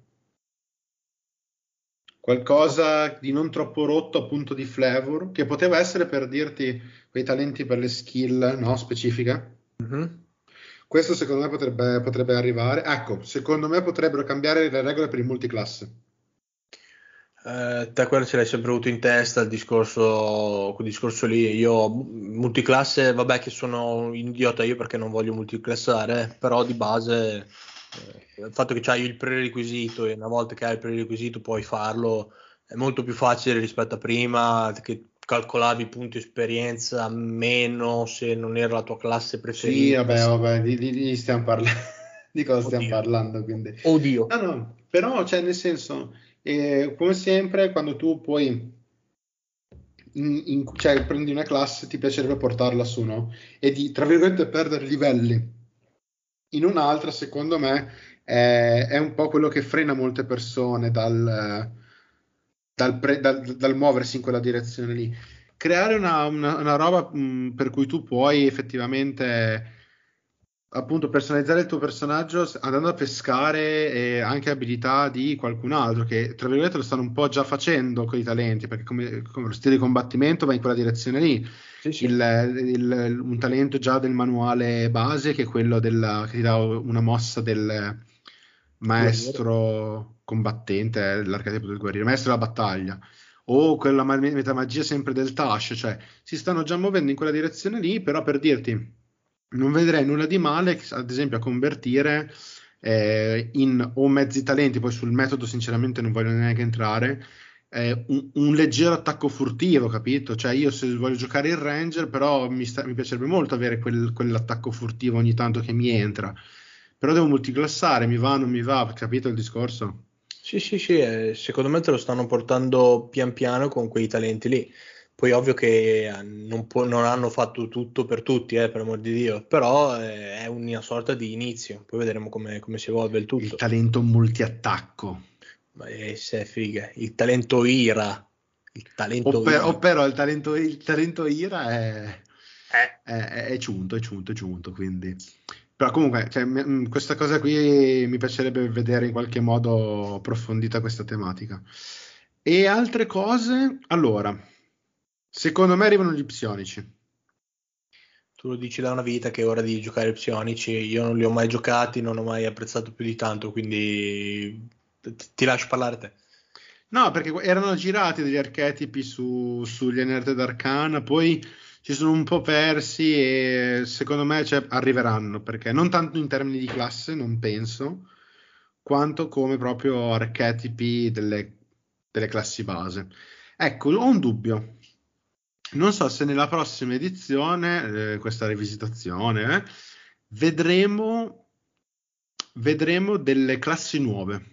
Qualcosa di non troppo rotto, appunto di flavor, che poteva essere per dirti quei talenti per le skill, no, specifiche. Mhm. Questo secondo me potrebbe, potrebbe arrivare. Ecco, secondo me potrebbero cambiare le regole per il multiclasse. Eh, te quello ce l'hai sempre avuto in testa, il discorso, quel discorso lì. Io multiclasse, vabbè che sono un idiota io perché non voglio multiclassare, però di base eh, il fatto che c'hai il prerequisito e una volta che hai il prerequisito puoi farlo è molto più facile rispetto a prima che calcolavi punti esperienza meno se non era la tua classe Sì, preferita. vabbè, vabbè, di, di- di stiamo parlando, di cosa stiamo Oddio, parlando, quindi. oddio. No, no, però, cioè, nel senso, eh, come sempre, quando tu puoi in, in- cioè prendi una classe, ti piacerebbe portarla su, no? E di, tra virgolette, perdere livelli in un'altra, secondo me, è, è un po' quello che frena molte persone dal, dal, pre- dal- dal muoversi in quella direzione lì. Creare una, una- una roba mh, per cui tu puoi effettivamente appunto personalizzare il tuo personaggio s- andando a pescare e anche abilità di qualcun altro che tra virgolette lo stanno un po' già facendo con i talenti, perché come, come lo stile di combattimento va in quella direzione lì. Sì, sì. Il- il- un talento già del manuale base che è quello della, che ti dà una mossa del Guerriero. maestro combattente, l'archetipo del guerriero, maestro della battaglia, o quella ma- metamagia sempre del Tash, cioè si stanno già muovendo in quella direzione lì, però per dirti, non vedrei nulla di male, ad esempio, a convertire eh, in o mezzi talenti, poi sul metodo sinceramente non voglio neanche entrare, eh, un, un leggero attacco furtivo, capito? Cioè io se voglio giocare il Ranger, però mi, sta- mi piacerebbe molto avere quel- quell'attacco furtivo ogni tanto che mi entra, però devo multiclassare, mi va, non mi va, capito il discorso? Sì, sì, sì, eh, secondo me te lo stanno portando pian piano con quei talenti lì. Poi ovvio che eh, non, può- non hanno fatto tutto per tutti, eh, per amor di Dio, però eh, è una sorta di inizio, poi vedremo come, come si evolve il Il tutto. talento multiattacco. Ma è, se è figa, il talento Ira, il O, talento per- o Ira. però il talento, il talento Ira è, Eh, è, è giunto, è giunto, è giunto, quindi. Però comunque, cioè, m- m- questa cosa qui mi piacerebbe vedere in qualche modo approfondita questa tematica. E altre cose? Allora, secondo me arrivano gli psionici. tu lo dici da una vita che è ora di giocare psionici, io non li ho mai giocati, non ho mai apprezzato più di tanto, quindi ti, ti lascio parlare te. No, perché erano girati degli archetipi su, sugli Enerte d'Arcana, poi si sono un po' persi e secondo me cioè, arriveranno, perché non tanto in termini di classe, non penso, quanto come proprio archetipi delle, delle classi base. Ecco, ho un dubbio. Non so se nella prossima edizione, eh, questa rivisitazione, eh, vedremo, vedremo delle classi nuove.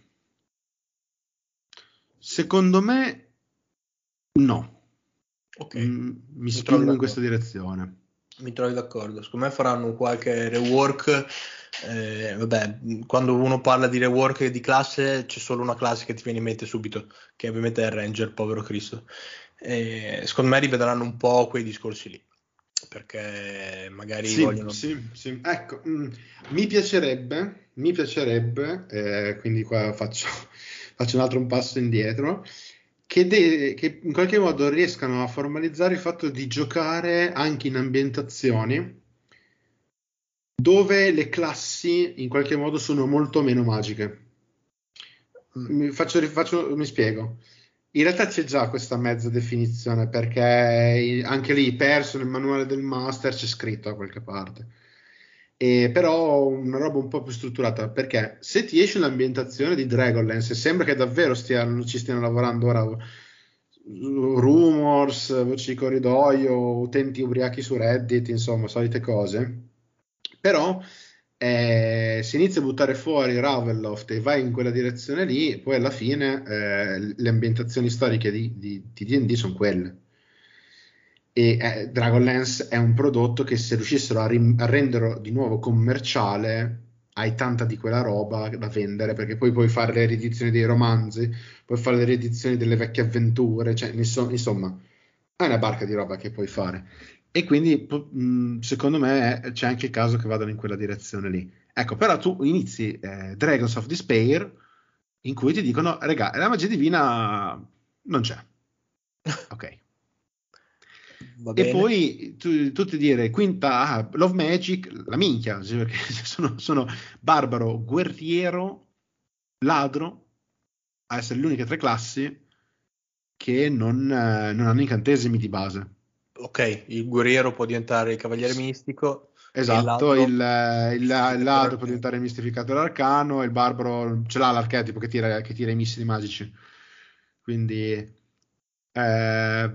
Secondo me no. Ok, Mm, mi mi trovi spingo in questa d'accordo. direzione. Mi trovi d'accordo. Secondo me faranno un qualche rework. Eh, vabbè, quando uno parla di rework di classe, c'è solo una classe che ti viene in mente subito, che ovviamente è il Ranger, povero Cristo. Eh, secondo me rivedranno un po' quei discorsi lì, perché magari Sì, vogliono. sì, sì. Ecco, mm, mi piacerebbe, mi piacerebbe, eh, quindi qua faccio, faccio un altro un passo indietro, che, de- che in qualche modo riescano a formalizzare il fatto di giocare anche in ambientazioni dove le classi in qualche modo sono molto meno magiche. Mm, Mi, faccio, faccio- mi spiego. In realtà c'è già questa mezza definizione perché anche lì perso nel manuale del master c'è scritto da qualche parte. E però una roba un po' più strutturata perché se ti esce l'ambientazione di Dragonlance e sembra che davvero stiano, ci stiano lavorando ora rumors, voci di corridoio, utenti ubriachi su Reddit, insomma, solite cose. Però eh, si inizia a buttare fuori Ravenloft e vai in quella direzione lì, poi alla fine eh, le ambientazioni storiche di, di, di D and D sono quelle. E eh, Dragonlance è un prodotto che se riuscissero a, rim- a renderlo di nuovo commerciale, hai tanta di quella roba da vendere, perché poi puoi fare le riedizioni dei romanzi, puoi fare le riedizioni delle vecchie avventure, cioè, inso- insomma, è una barca di roba che puoi fare. E quindi, po- mh, secondo me, eh, c'è anche il caso che vadano in quella direzione lì. Ecco, però tu inizi eh, Dragons of Despair, in cui ti dicono, regà, la magia divina non c'è. Ok. va E bene. poi tu, tutti dire quinta ah, Love Magic, la minchia, cioè, perché sono, sono barbaro, guerriero, ladro, a essere le uniche tre classi che non, eh, non hanno incantesimi di base. Ok, il guerriero può diventare il cavaliere mistico e il Esatto, il, ladro il, il mistificatore ladro può arcano. diventare il mistificatore arcano, il barbaro ce l'ha l'archetipo che tira, che tira i missili magici. Quindi, eh,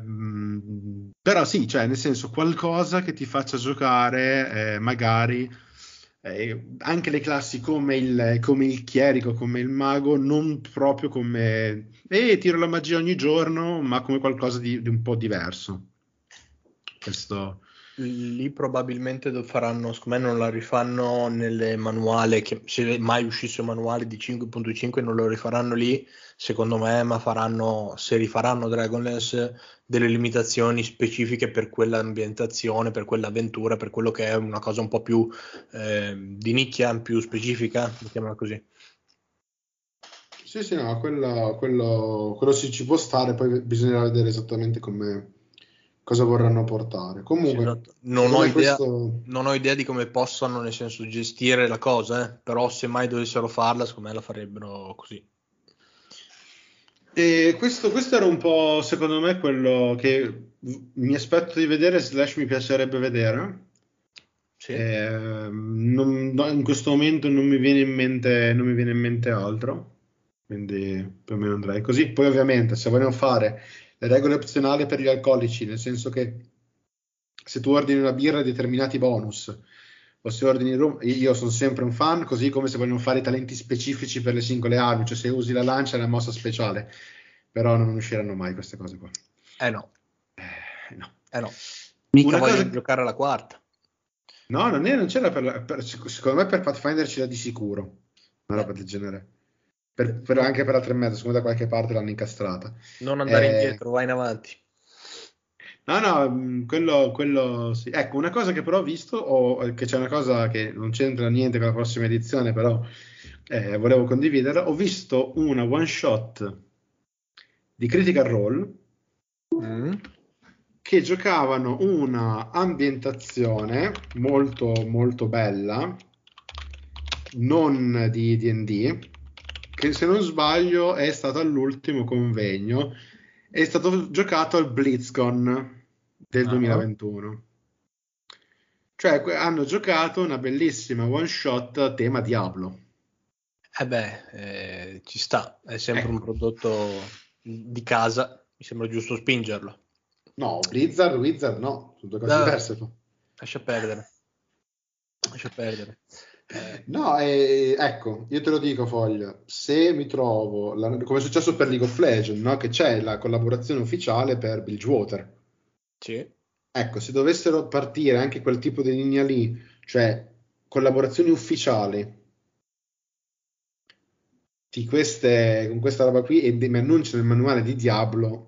mh, però sì, cioè nel senso qualcosa che ti faccia giocare eh, magari eh, anche le classi come il, come il chierico, come il mago, non proprio come eh, tiro la magia ogni giorno, ma come qualcosa di, di un po' diverso. Questo Lì probabilmente lo faranno, secondo me non la rifanno nelle manuale, che se mai uscisse un manuale di cinque punto cinque non lo rifaranno lì, secondo me, ma faranno, se rifaranno Dragonlance, delle limitazioni specifiche per quell'ambientazione, per quell'avventura, per quello che è una cosa un po' più eh, di nicchia, più specifica, mettiamola così. sì, sì, no, quello, quello, quello sì, ci può stare, poi bisognerà vedere esattamente come cosa vorranno portare. Sì, Comunque, esatto. Non ho secondo me idea, questo... non ho idea di come possano, nel senso, gestire la cosa, eh, però se mai dovessero farla, secondo me la farebbero così. E questo, questo era un po', secondo me, quello che mi aspetto di vedere, slash mi piacerebbe vedere. Sì. Eh, non- no, in questo momento non mi viene in mente, non mi viene in mente altro, quindi più o meno andrei così. Poi ovviamente se vogliono fare le regole opzionali per gli alcolici, nel senso che se tu ordini una birra hai determinati bonus, o se ordini rum, io sono sempre un fan, così come se vogliono fare i talenti specifici per le singole armi, cioè se usi la lancia è una mossa speciale, però non usciranno mai queste cose qua. Eh no, Eh, no. eh no. Mica Una cosa vogliono che... giocare alla quarta. No, non, è, non c'era per, la- per- secondo me per Pathfinder c'era di sicuro una Beh, roba del genere. Per, per- anche per altre mezzo, secondo me da qualche parte l'hanno incastrata. non andare Eh, indietro, vai in avanti. no, no, mh, quello, quello sì. Ecco, una cosa che però ho visto, o che c'è una cosa che non c'entra niente con la prossima edizione, però eh, volevo condividerla. Ho visto una one shot di Critical Role Mm. che giocavano una ambientazione molto molto bella, non di D and D, che se non sbaglio è stato all'ultimo convegno, è stato giocato al BlizzCon del Ah. duemilaventuno. Cioè que- hanno giocato una bellissima one shot a tema Diablo. Eh beh, eh, ci sta, è sempre un Ecco, prodotto di casa, mi sembra giusto spingerlo. no, Blizzard, Wizard no, sono due cose Eh, diverse. poi. lascia perdere, lascia perdere. Eh, No, eh, ecco, io te lo dico, Foglia, se mi trovo, la- come è successo per League of Legends, no? Che c'è la collaborazione ufficiale per Bridgewater. sì. Ecco, se dovessero partire anche quel tipo di linea lì, cioè collaborazioni ufficiali di queste, con questa roba qui e de- mi annunciano il manuale di Diablo,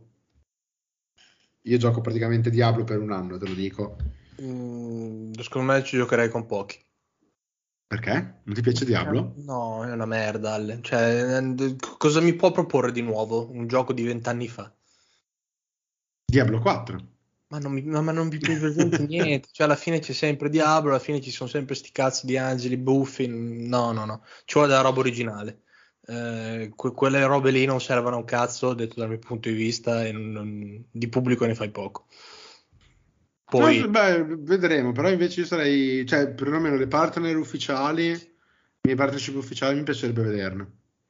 io gioco praticamente Diablo per un anno, te lo dico. Mm, secondo me ci giocherei con pochi. Perché? Non ti piace Eh, Diablo? No, è una merda. Ale. Cioè, eh, cosa mi può proporre di nuovo? Un gioco di vent'anni fa? Diablo quattro. Ma non mi, ma ma non mi presenti niente. Cioè, alla fine c'è sempre Diablo, alla fine ci sono sempre sti cazzi di angeli buffi. No, no, no. Ci vuole della roba originale. Eh, que- quelle robe lì non servono a un cazzo, detto dal mio punto di vista, e non- non- di pubblico ne fai poco. No, Poi, beh, vedremo, però invece io sarei, cioè perlomeno le partner ufficiali, i miei partnership ufficiali mi piacerebbe vederne,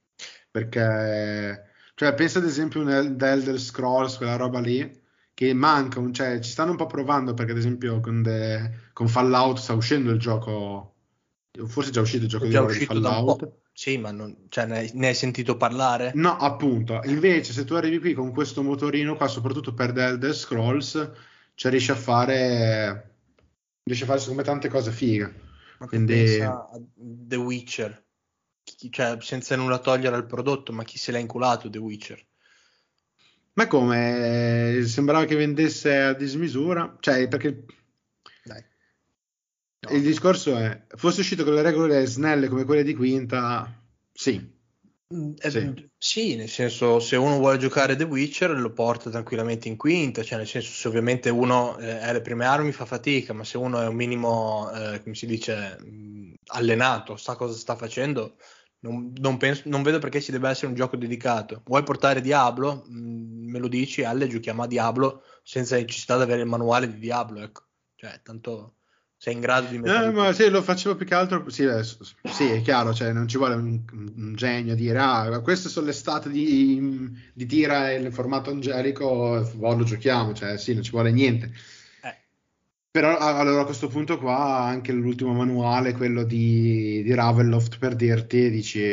perché, cioè pensa ad esempio un El- The Elder Scrolls, quella roba lì, che manca, un- cioè ci stanno un po' provando, perché ad esempio con, The- con Fallout sta uscendo il gioco, forse è già uscito il è gioco di già ruolo di uscito da un po'. Fallout. Sì, ma non, cioè, ne hai, ne hai sentito parlare? No, appunto, invece se tu arrivi qui con questo motorino qua, soprattutto per The Elder Scrolls, cioè riesci a fare, riesci a fare secondo me tante cose fighe. Ma tu Quindi, pensa a The Witcher, Chi- cioè senza nulla togliere al prodotto, ma chi se l'ha inculato The Witcher? ma come? Sembrava che vendesse a dismisura, cioè perché Dai, il no. discorso è, fosse uscito con le regole snelle come quelle di Quinta, sì, Mm, sì. eh, sì, nel senso, se uno vuole giocare The Witcher lo porta tranquillamente in quinta, cioè nel senso, se ovviamente uno eh, è alle prime armi fa fatica, ma se uno è un minimo, eh, come si dice, mh, allenato, sa cosa sta facendo, non, non penso- non vedo perché ci debba essere un gioco dedicato. Vuoi portare Diablo? Mm, me lo dici, alle, giochiamo a Diablo senza necessità di avere il manuale di Diablo, ecco. Cioè, tanto sei in grado di No, metterlo ma tutto. sì, lo facevo più che altro, sì, eh, s- sì, è chiaro, cioè non ci vuole un, un genio a dire, ah, queste sono le state di, di Tira e il formato angelico, boh, lo giochiamo, cioè sì, non ci vuole niente. Eh. Però allora a questo punto qua anche l'ultimo manuale, quello di, di Ravenloft, per dirti, dici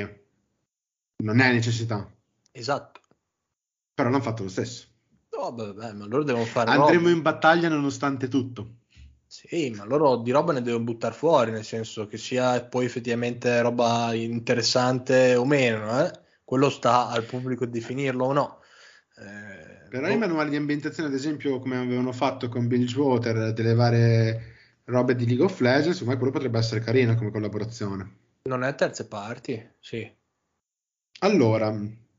non è necessità, Esatto. però l'hanno fatto lo stesso. No, vabbè, ma loro devono fare Andremo roba. in battaglia nonostante tutto. Sì, ma loro di roba ne devono buttare fuori, nel senso che sia poi effettivamente roba interessante o meno, eh? Quello sta al pubblico definirlo o no. Eh, Però i boh, manuali di ambientazione, ad esempio, come avevano fatto con Bilgewater, delle varie robe di League of Legends, secondo me quello potrebbe essere carino come collaborazione. non è terze parti? Sì. Allora,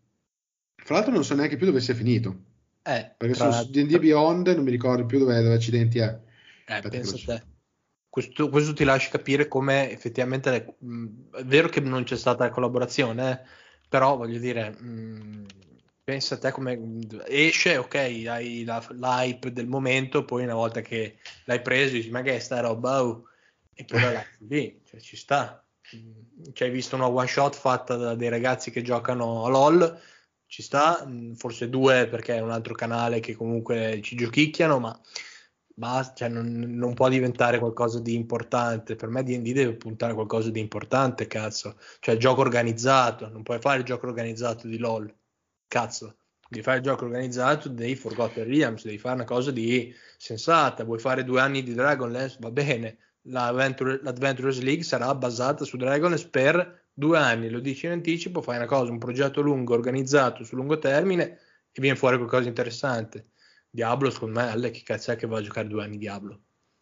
fra l'altro non so neanche più dove sia finito, Eh, perché su tra, su D and D tra- Beyond non mi ricordo più dove, dove accidenti è. eh, Aspetta che lo pensa a cerco. te. Questo, questo ti lascia capire come effettivamente le- mh, è vero che non c'è stata la collaborazione, eh, però voglio dire, mh, pensa a te come mh, esce, ok, hai la, l'hype del momento, poi una volta che l'hai preso dici ma che è sta roba, oh", e poi la lasci lì, cioè ci sta. Mm, Ci hai visto una one shot fatta da dei ragazzi che giocano a LOL, ci sta, mh, forse due perché è un altro canale che comunque ci giochicchiano, ma basta, cioè non, non può diventare qualcosa di importante. Per me D and D deve puntare a qualcosa di importante, cazzo. Cioè gioco organizzato, non puoi fare il gioco organizzato di LOL, cazzo. Devi fare il gioco organizzato dei Forgotten Realms, devi fare una cosa di sensata. Vuoi fare due anni di Dragonlance? Va bene. L'Adventure- L'Adventurers League sarà basata su Dragonlance per due anni, lo dici in anticipo, fai una cosa, un progetto lungo, organizzato su lungo termine e viene fuori qualcosa di interessante. Diablo, secondo me, alle che cazzo è che va a giocare due anni Diablo?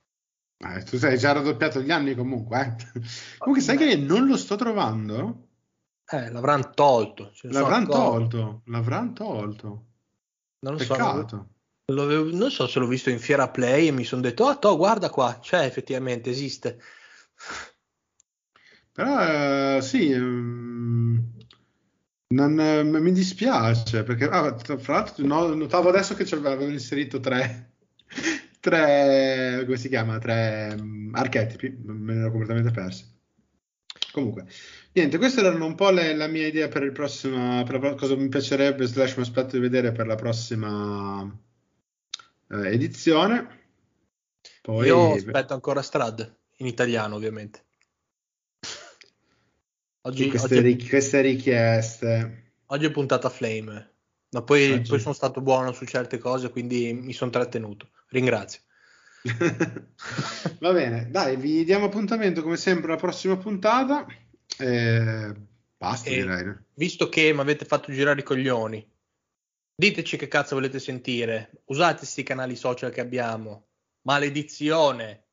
Eh, tu sei già raddoppiato gli anni comunque, eh. Comunque sai Beh, che non lo sto trovando? eh, l'avranno tolto, ce ne sono L'avranno accorto. tolto, l'avranno tolto. Non lo so, non, Peccato. lo avevo- non so se l'ho visto in Fiera Play e mi sono detto, ah, to, guarda qua, c'è effettivamente, esiste. Però eh, sì, ehm, non, eh, mi dispiace perché ah, tra fra l'altro no- notavo adesso che ci avevano inserito tre, tre, come si chiama? Tre mm, archetipi, me ne ero completamente perso. Comunque, niente, queste erano un po' le- la mia idea per il prossimo, per la pro- cosa mi piacerebbe, slash mi aspetto di vedere per la prossima eh, edizione. Io Poi, beh, aspetto ancora Strad, in italiano ovviamente. sì, Oggi, oggi, queste, è, ri- queste richieste. oggi è puntata Flame, ma poi, poi Oggi. sono stato buono su certe cose, quindi mi sono trattenuto. Ringrazio. Va bene, dai, vi diamo appuntamento come sempre alla prossima puntata. E basta, E direi. No? visto che mi avete fatto girare i coglioni, diteci che cazzo volete sentire. Usate questi canali social che abbiamo. Maledizione.